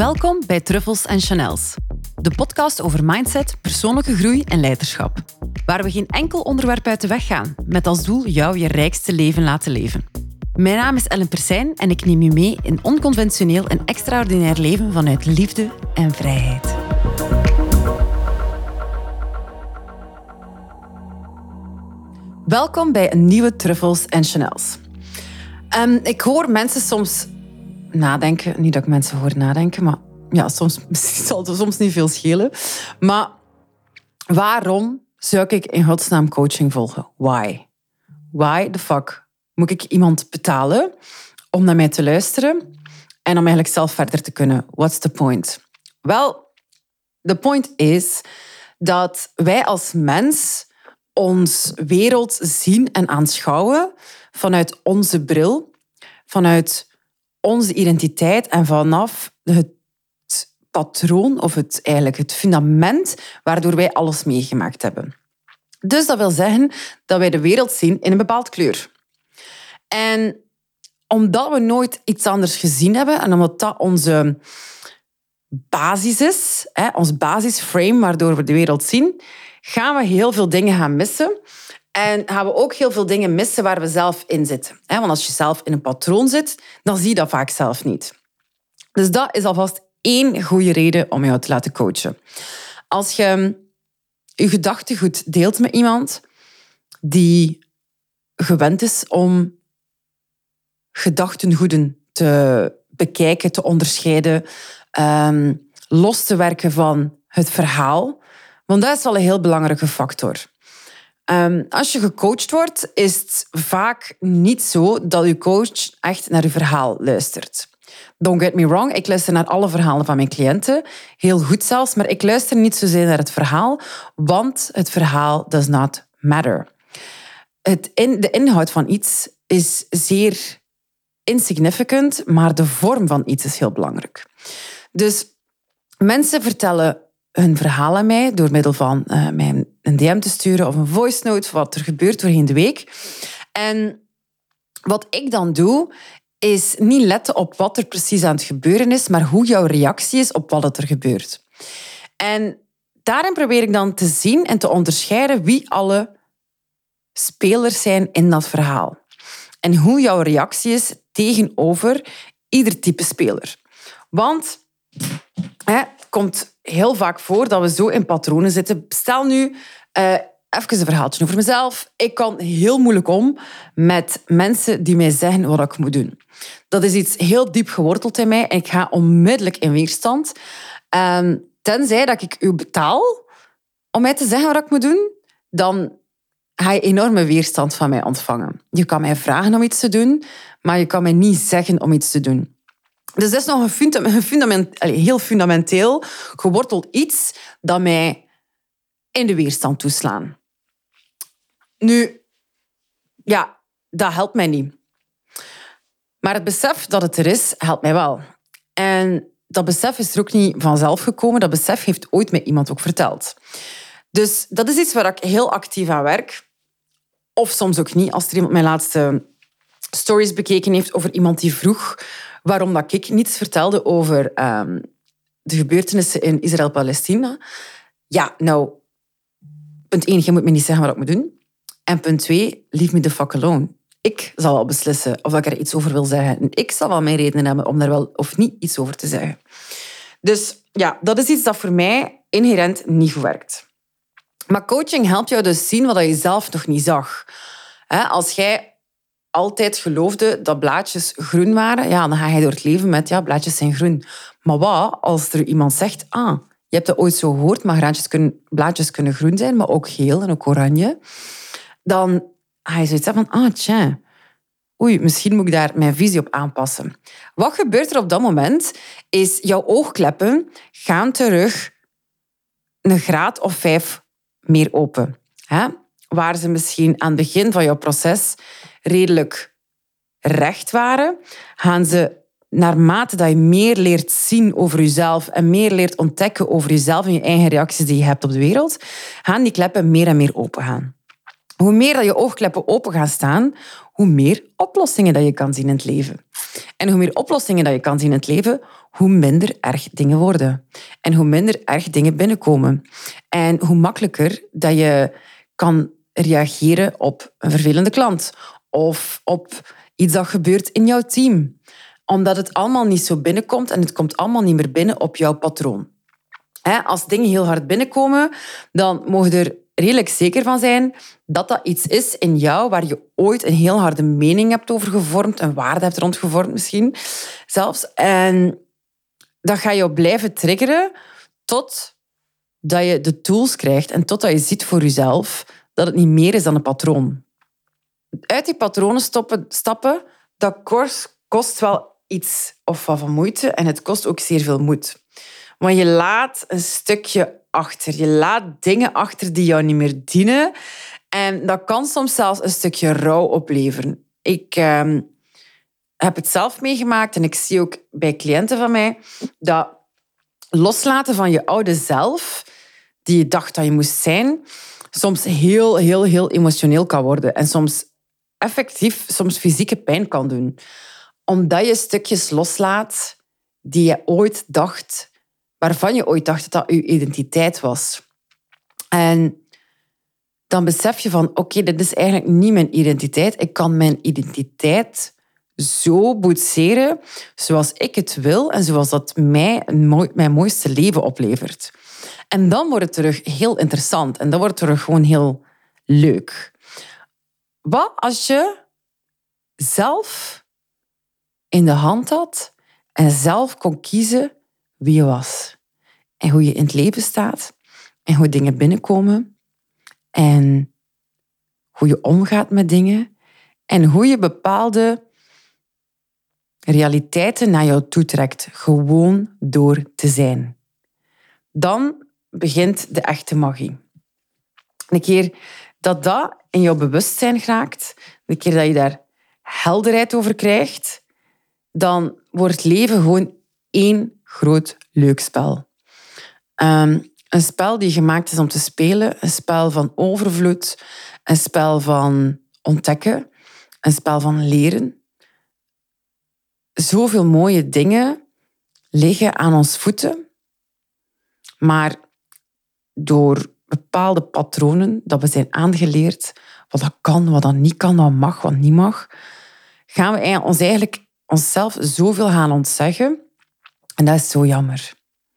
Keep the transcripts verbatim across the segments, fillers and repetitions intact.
Welkom bij Truffels en Chanels, de podcast over mindset, persoonlijke groei en leiderschap. Waar we geen enkel onderwerp uit de weg gaan, met als doel jou je rijkste leven laten leven. Mijn naam is Ellen Persijn en ik neem je mee in onconventioneel en extraordinair leven vanuit liefde en vrijheid. Welkom bij een nieuwe Truffels en Chanels. Um, ik hoor mensen soms nadenken. Niet dat ik mensen hoor nadenken, maar ja, soms zal het soms niet veel schelen. Maar waarom zou ik in godsnaam coaching volgen? Why? Why the fuck moet ik iemand betalen om naar mij te luisteren en om eigenlijk zelf verder te kunnen? What's the point? Wel, de point is dat wij als mens ons wereld zien en aanschouwen vanuit onze bril, vanuit onze identiteit en vanaf het patroon of het, eigenlijk het fundament waardoor wij alles meegemaakt hebben. Dus dat wil zeggen dat wij de wereld zien in een bepaald kleur. En omdat we nooit iets anders gezien hebben en omdat dat onze basis is, hè, ons basisframe waardoor we de wereld zien, gaan we heel veel dingen gaan missen. En gaan we ook heel veel dingen missen waar we zelf in zitten. Want als je zelf in een patroon zit, dan zie je dat vaak zelf niet. Dus dat is alvast één goede reden om jou te laten coachen. Als je je gedachtegoed deelt met iemand die gewend is om gedachtengoeden te bekijken, te onderscheiden, um, los te werken van het verhaal. Want dat is wel een heel belangrijke factor. Um, als je gecoacht wordt, is het vaak niet zo dat je coach echt naar je verhaal luistert. Don't get me wrong, ik luister naar alle verhalen van mijn cliënten. Heel goed zelfs, maar ik luister niet zozeer naar het verhaal, want het verhaal does not matter. Het in, de inhoud van iets is zeer insignificant, maar de vorm van iets is heel belangrijk. Dus mensen vertellen hun verhaal aan mij door middel van uh, mij een D M te sturen of een voice note, wat er gebeurt doorheen de week. En wat ik dan doe, is niet letten op wat er precies aan het gebeuren is, maar hoe jouw reactie is op wat er gebeurt. En daarin probeer ik dan te zien en te onderscheiden wie alle spelers zijn in dat verhaal. En hoe jouw reactie is tegenover ieder type speler. Want hè, het komt heel vaak voor dat we zo in patronen zitten. Stel nu uh, even een verhaaltje over mezelf. Ik kan heel moeilijk om met mensen die mij zeggen wat ik moet doen. Dat is iets heel diep geworteld in mij en ik ga onmiddellijk in weerstand. Um, tenzij dat ik u betaal om mij te zeggen wat ik moet doen, dan ga je enorme weerstand van mij ontvangen. Je kan mij vragen om iets te doen, maar je kan mij niet zeggen om iets te doen. Dus dat is nog een, funda- een fundament, allez, heel fundamenteel geworteld iets dat mij in de weerstand toeslaan. Nu, ja, dat helpt mij niet. Maar het besef dat het er is, helpt mij wel. En dat besef is er ook niet vanzelf gekomen. Dat besef heeft ooit mij iemand ook verteld. Dus dat is iets waar ik heel actief aan werk. Of soms ook niet. Als er iemand mijn laatste stories bekeken heeft over iemand die vroeg waarom dat ik niets vertelde over um, de gebeurtenissen in Israël-Palestina. Ja, nou, punt één, je moet me niet zeggen wat ik moet doen. En punt twee, leave me the fuck alone. Ik zal wel beslissen of ik er iets over wil zeggen. En ik zal wel mijn redenen hebben om daar wel of niet iets over te zeggen. Dus ja, dat is iets dat voor mij inherent niet goed werkt. Maar coaching helpt jou dus zien wat je zelf nog niet zag. Als jij altijd geloofde dat blaadjes groen waren, ja, dan ga je door het leven met, ja, blaadjes zijn groen. Maar wat als er iemand zegt, ah, je hebt dat ooit zo gehoord, maar blaadjes kunnen, blaadjes kunnen groen zijn, maar ook geel en ook oranje. Dan ga je zoiets hebben van, ah, tja, oei, misschien moet ik daar mijn visie op aanpassen. Wat gebeurt er op dat moment, is jouw oogkleppen gaan terug een graad of vijf meer open. Hè? Waar ze misschien aan het begin van jouw proces redelijk recht waren, gaan ze naarmate dat je meer leert zien over jezelf en meer leert ontdekken over jezelf en je eigen reacties die je hebt op de wereld, gaan die kleppen meer en meer open gaan. Hoe meer dat je oogkleppen open gaan staan, hoe meer oplossingen dat je kan zien in het leven. En hoe meer oplossingen dat je kan zien in het leven, hoe minder erg dingen worden. En hoe minder erg dingen binnenkomen. En hoe makkelijker dat je kan reageren op een vervelende klant. Of op iets dat gebeurt in jouw team. Omdat het allemaal niet zo binnenkomt en het komt allemaal niet meer binnen op jouw patroon. Als dingen heel hard binnenkomen, dan mogen er redelijk zeker van zijn dat dat iets is in jou waar je ooit een heel harde mening hebt over gevormd, een waarde hebt rondgevormd misschien zelfs. En dat ga je blijven triggeren tot dat je de tools krijgt en totdat je ziet voor jezelf dat het niet meer is dan een patroon. Uit die patronen stoppen, stappen, dat kost, kost wel iets of wat van moeite en het kost ook zeer veel moed. Want je laat een stukje achter. Je laat dingen achter die jou niet meer dienen. En dat kan soms zelfs een stukje rouw opleveren. Ik eh, heb het zelf meegemaakt en ik zie ook bij cliënten van mij dat loslaten van je oude zelf, die je dacht dat je moest zijn, soms heel, heel, heel emotioneel kan worden. En soms effectief, soms fysieke pijn kan doen. Omdat je stukjes loslaat die je ooit dacht, waarvan je ooit dacht dat dat je identiteit was. En dan besef je van, oké, okay, dit is eigenlijk niet mijn identiteit. Ik kan mijn identiteit zo boetseren zoals ik het wil en zoals dat mij mijn mooiste leven oplevert. En dan wordt het terug heel interessant en dan wordt het terug gewoon heel leuk. Wat als je zelf in de hand had en zelf kon kiezen wie je was en hoe je in het leven staat en hoe dingen binnenkomen en hoe je omgaat met dingen en hoe je bepaalde realiteiten naar jou toetrekt, gewoon door te zijn. Dan begint de echte magie. Een keer dat dat in jouw bewustzijn raakt, een keer dat je daar helderheid over krijgt, dan wordt leven gewoon één groot leuk spel. Um, een spel die gemaakt is om te spelen, een spel van overvloed, een spel van ontdekken, een spel van leren. Zoveel mooie dingen liggen aan ons voeten, maar door bepaalde patronen dat we zijn aangeleerd, wat dat kan, wat dat niet kan, wat mag, wat niet mag, gaan we ons eigenlijk onszelf zoveel gaan ontzeggen. En dat is zo jammer.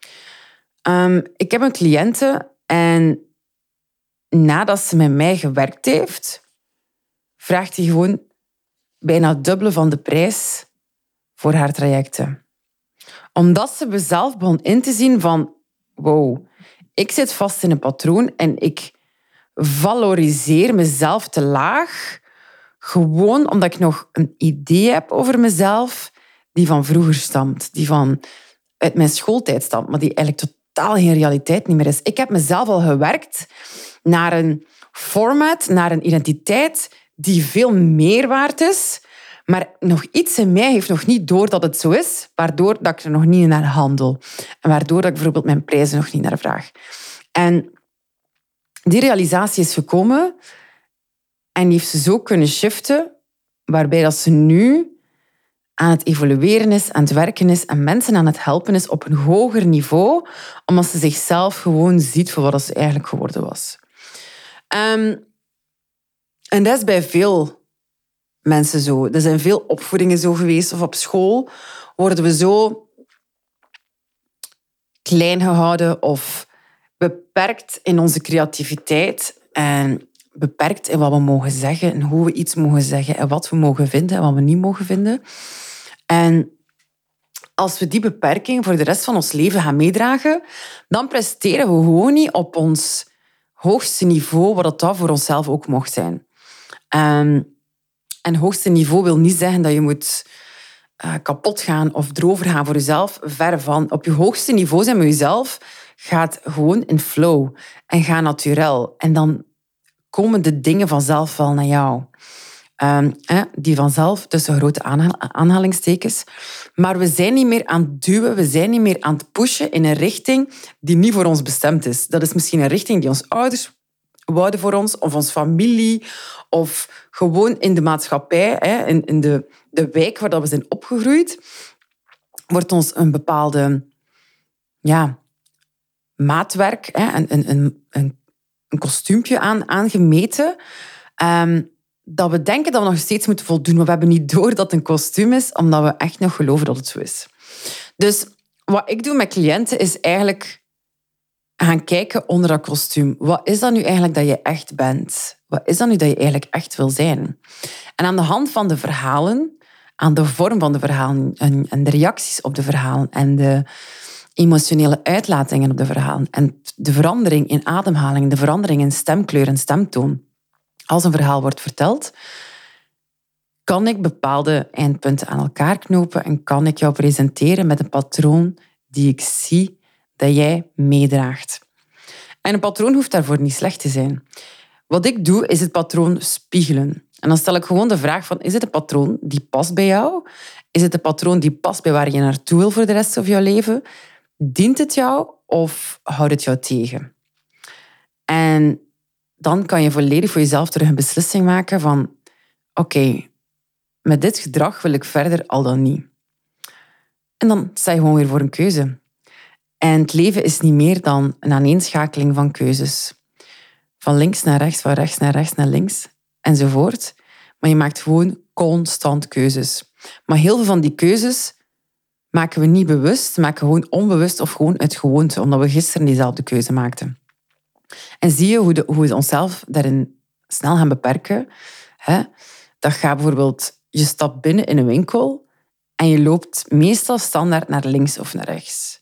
Um, ik heb een cliënte en nadat ze met mij gewerkt heeft, vraagt hij gewoon bijna het dubbele van de prijs voor haar trajecten. Omdat ze zelf begon in te zien van, wow, ik zit vast in een patroon en ik valoriseer mezelf te laag, gewoon omdat ik nog een idee heb over mezelf die van vroeger stamt, die van uit mijn schooltijd stamt, maar die eigenlijk totaal geen realiteit niet meer is. Ik heb mezelf al gewerkt naar een format, naar een identiteit die veel meer waard is, maar nog iets in mij heeft nog niet door dat het zo is, waardoor dat ik er nog niet naar handel. En waardoor dat ik bijvoorbeeld mijn prijzen nog niet naar vraag. En die realisatie is gekomen en die heeft ze zo kunnen shiften, waarbij dat ze nu aan het evolueren is, aan het werken is en mensen aan het helpen is op een hoger niveau, omdat ze zichzelf gewoon ziet voor wat ze eigenlijk geworden was. Um, en dat is bij veel mensen zo. Er zijn veel opvoedingen zo geweest, of op school worden we zo klein gehouden of beperkt in onze creativiteit en beperkt in wat we mogen zeggen en hoe we iets mogen zeggen en wat we mogen vinden en wat we niet mogen vinden. En als we die beperking voor de rest van ons leven gaan meedragen, dan presteren we gewoon niet op ons hoogste niveau, wat dat voor onszelf ook mocht zijn. Um, en hoogste niveau wil niet zeggen dat je moet uh, kapot gaan of erover gaan voor jezelf. Ver van. Op je hoogste niveau zijn met jezelf gaat gewoon in flow en ga naturel. En dan komen de dingen vanzelf wel naar jou. Um, eh, die vanzelf, tussen grote aanhalingstekens. Maar we zijn niet meer aan het duwen, we zijn niet meer aan het pushen in een richting die niet voor ons bestemd is. Dat is misschien een richting die onze ouders wouden voor ons, of onze familie, of gewoon in de maatschappij, hè, in, in de, de wijk waar we zijn opgegroeid, wordt ons een bepaalde ja, maatwerk, hè, een, een, een, een, een kostuumpje aan, aangemeten, um, dat we denken dat we nog steeds moeten voldoen, maar we hebben niet door dat het een kostuum is, omdat we echt nog geloven dat het zo is. Dus wat ik doe met cliënten is eigenlijk gaan kijken onder dat kostuum. Wat is dat nu eigenlijk dat je echt bent? Wat is dat nu dat je eigenlijk echt wil zijn? En aan de hand van de verhalen, aan de vorm van de verhalen en de reacties op de verhalen en de emotionele uitlatingen op de verhalen en de verandering in ademhaling, de verandering in stemkleur en stemtoon, als een verhaal wordt verteld, kan ik bepaalde eindpunten aan elkaar knopen en kan ik jou presenteren met een patroon die ik zie dat jij meedraagt. En een patroon hoeft daarvoor niet slecht te zijn. Wat ik doe, is het patroon spiegelen. En dan stel ik gewoon de vraag van, is het een patroon die past bij jou? Is het een patroon die past bij waar je naartoe wil voor de rest van jouw leven? Dient het jou of houdt het jou tegen? En dan kan je volledig voor jezelf terug een beslissing maken van, oké, okay, met dit gedrag wil ik verder, al dan niet. En dan sta je gewoon weer voor een keuze. En het leven is niet meer dan een aaneenschakeling van keuzes. Van links naar rechts, van rechts naar rechts naar links, enzovoort. Maar je maakt gewoon constant keuzes. Maar heel veel van die keuzes maken we niet bewust, maken we gewoon onbewust of gewoon uit gewoonte, omdat we gisteren diezelfde keuze maakten. En zie je hoe, de, hoe we onszelf daarin snel gaan beperken? Hè? Dat gaat bijvoorbeeld, je stapt binnen in een winkel en je loopt meestal standaard naar links of naar rechts.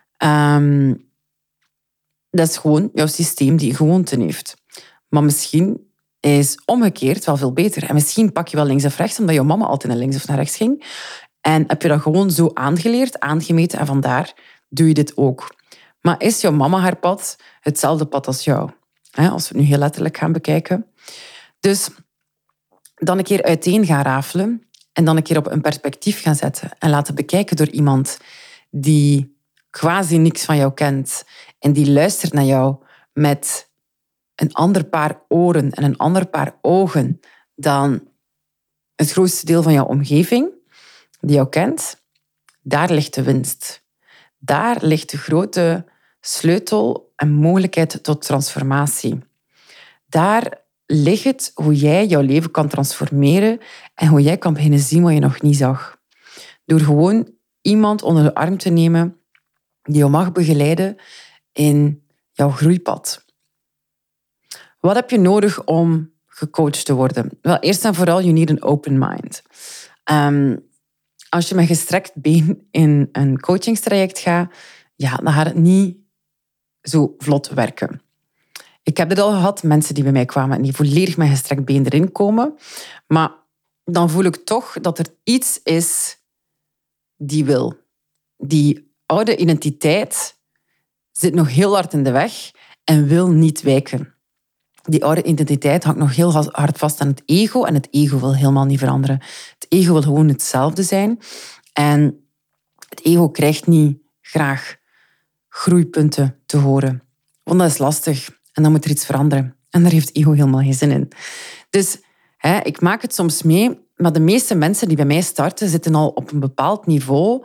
Um, dat is gewoon jouw systeem die gewoonten heeft. Maar misschien is omgekeerd wel veel beter. En misschien pak je wel links of rechts, omdat jouw mama altijd naar links of naar rechts ging. En heb je dat gewoon zo aangeleerd, aangemeten, en vandaar doe je dit ook. Maar is jouw mama haar pad hetzelfde pad als jou? Als we het nu heel letterlijk gaan bekijken. Dus dan een keer uiteen gaan rafelen en dan een keer op een perspectief gaan zetten en laten bekijken door iemand die quasi niks van jou kent en die luistert naar jou met een ander paar oren en een ander paar ogen dan het grootste deel van jouw omgeving die jou kent, daar ligt de winst. Daar ligt de grote sleutel en mogelijkheid tot transformatie. Daar ligt het hoe jij jouw leven kan transformeren en hoe jij kan beginnen zien wat je nog niet zag. Door gewoon iemand onder de arm te nemen die jou mag begeleiden in jouw groeipad. Wat heb je nodig om gecoacht te worden? Wel, eerst en vooral, you need an open mind. Um, als je met gestrekt been in een coachingstraject gaat, ja, dan gaat het niet zo vlot werken. Ik heb dit al gehad, mensen die bij mij kwamen en die volledig met gestrekt been erin komen. Maar dan voel ik toch dat er iets is die wil. Die oude identiteit zit nog heel hard in de weg en wil niet wijken. Die oude identiteit hangt nog heel hard vast aan het ego en het ego wil helemaal niet veranderen. Het ego wil gewoon hetzelfde zijn. En het ego krijgt niet graag groeipunten te horen. Want dat is lastig. En dan moet er iets veranderen. En daar heeft ego helemaal geen zin in. Dus hè, ik maak het soms mee, maar de meeste mensen die bij mij starten, zitten al op een bepaald niveau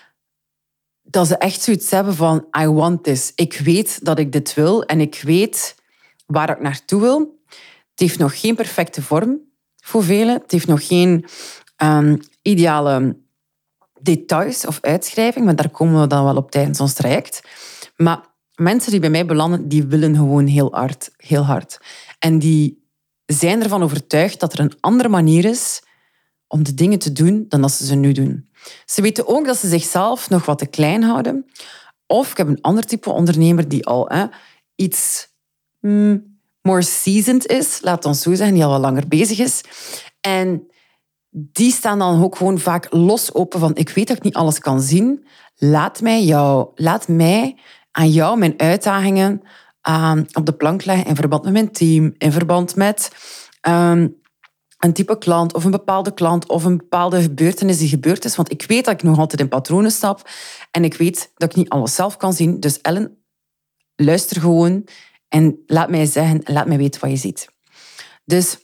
dat ze echt zoiets hebben van I want this. Ik weet dat ik dit wil en ik weet waar ik naartoe wil. Het heeft nog geen perfecte vorm voor velen. Het heeft nog geen um, ideale details of uitschrijving, maar daar komen we dan wel op tijdens ons traject. Maar mensen die bij mij belanden, die willen gewoon heel hard. Heel hard. En die zijn ervan overtuigd dat er een andere manier is om de dingen te doen dan dat ze ze nu doen. Ze weten ook dat ze zichzelf nog wat te klein houden. Of ik heb een ander type ondernemer die al hè, iets mm, more seasoned is, laat ons zo zeggen, die al wat langer bezig is. En die staan dan ook gewoon vaak los open van ik weet dat ik niet alles kan zien. Laat mij, jou, laat mij aan jou mijn uitdagingen uh, op de plank leggen in verband met mijn team, in verband met um, een type klant of een bepaalde klant of een bepaalde gebeurtenis die gebeurd is. Want ik weet dat ik nog altijd in patronen stap en ik weet dat ik niet alles zelf kan zien. Dus Ellen, luister gewoon En laat mij zeggen, laat mij weten wat je ziet. Dus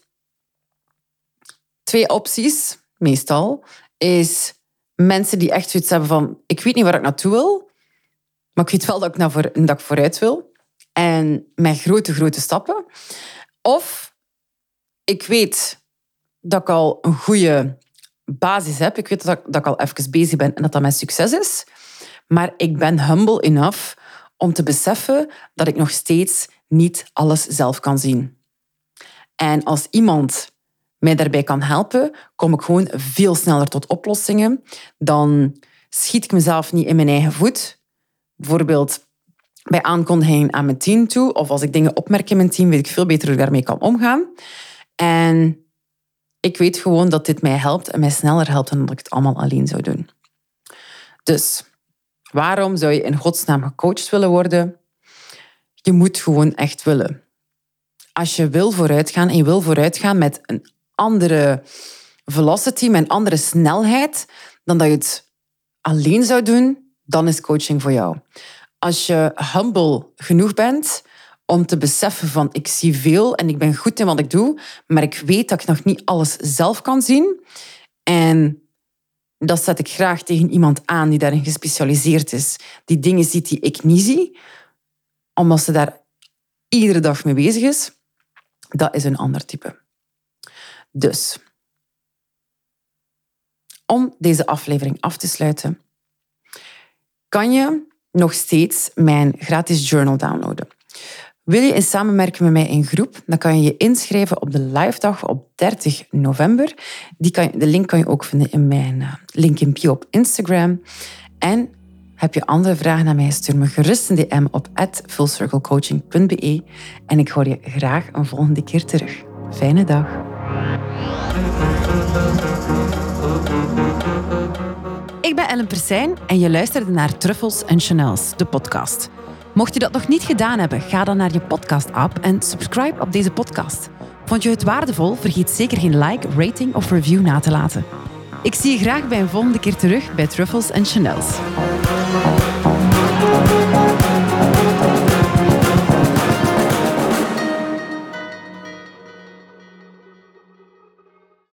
twee opties, meestal, is mensen die echt zoiets hebben van ik weet niet waar ik naartoe wil, maar ik weet wel dat ik, naar voor, dat ik vooruit wil. En met grote, grote stappen. Of ik weet dat ik al een goede basis heb. Ik weet dat ik, dat ik al even bezig ben en dat dat mijn succes is. Maar ik ben humble enough om te beseffen dat ik nog steeds niet alles zelf kan zien. En als iemand mij daarbij kan helpen, kom ik gewoon veel sneller tot oplossingen. Dan schiet ik mezelf niet in mijn eigen voet. Bijvoorbeeld bij aankondigingen aan mijn team toe, of als ik dingen opmerk in mijn team, weet ik veel beter hoe ik daarmee kan omgaan. En ik weet gewoon dat dit mij helpt en mij sneller helpt dan dat ik het allemaal alleen zou doen. Dus waarom zou je in godsnaam gecoacht willen worden? Je moet gewoon echt willen. Als je wil vooruitgaan en je wil vooruitgaan met een andere velocity, met een andere snelheid dan dat je het alleen zou doen, dan is coaching voor jou. Als je humble genoeg bent om te beseffen van ik zie veel en ik ben goed in wat ik doe, maar ik weet dat ik nog niet alles zelf kan zien. En dat zet ik graag tegen iemand aan die daarin gespecialiseerd is, die dingen ziet die ik niet zie, omdat ze daar iedere dag mee bezig is. Dat is een ander type. Dus, om deze aflevering af te sluiten, kan je nog steeds mijn gratis journal downloaden. Wil je in samenwerken met mij in groep, dan kan je je inschrijven op de live dag op dertig november. Die kan je, de link kan je ook vinden in mijn link in bio op Instagram. En heb je andere vragen aan mij, stuur me gerust een D M op at fullcirclecoaching punt b e en ik hoor je graag een volgende keer terug. Fijne dag. Ik ben Ellen Persijn en je luisterde naar Truffles en Chanels, de podcast. Mocht je dat nog niet gedaan hebben, ga dan naar je podcast-app en subscribe op deze podcast. Vond je het waardevol? Vergeet zeker geen like, rating of review na te laten. Ik zie je graag bij een volgende keer terug bij Truffles en Chanels.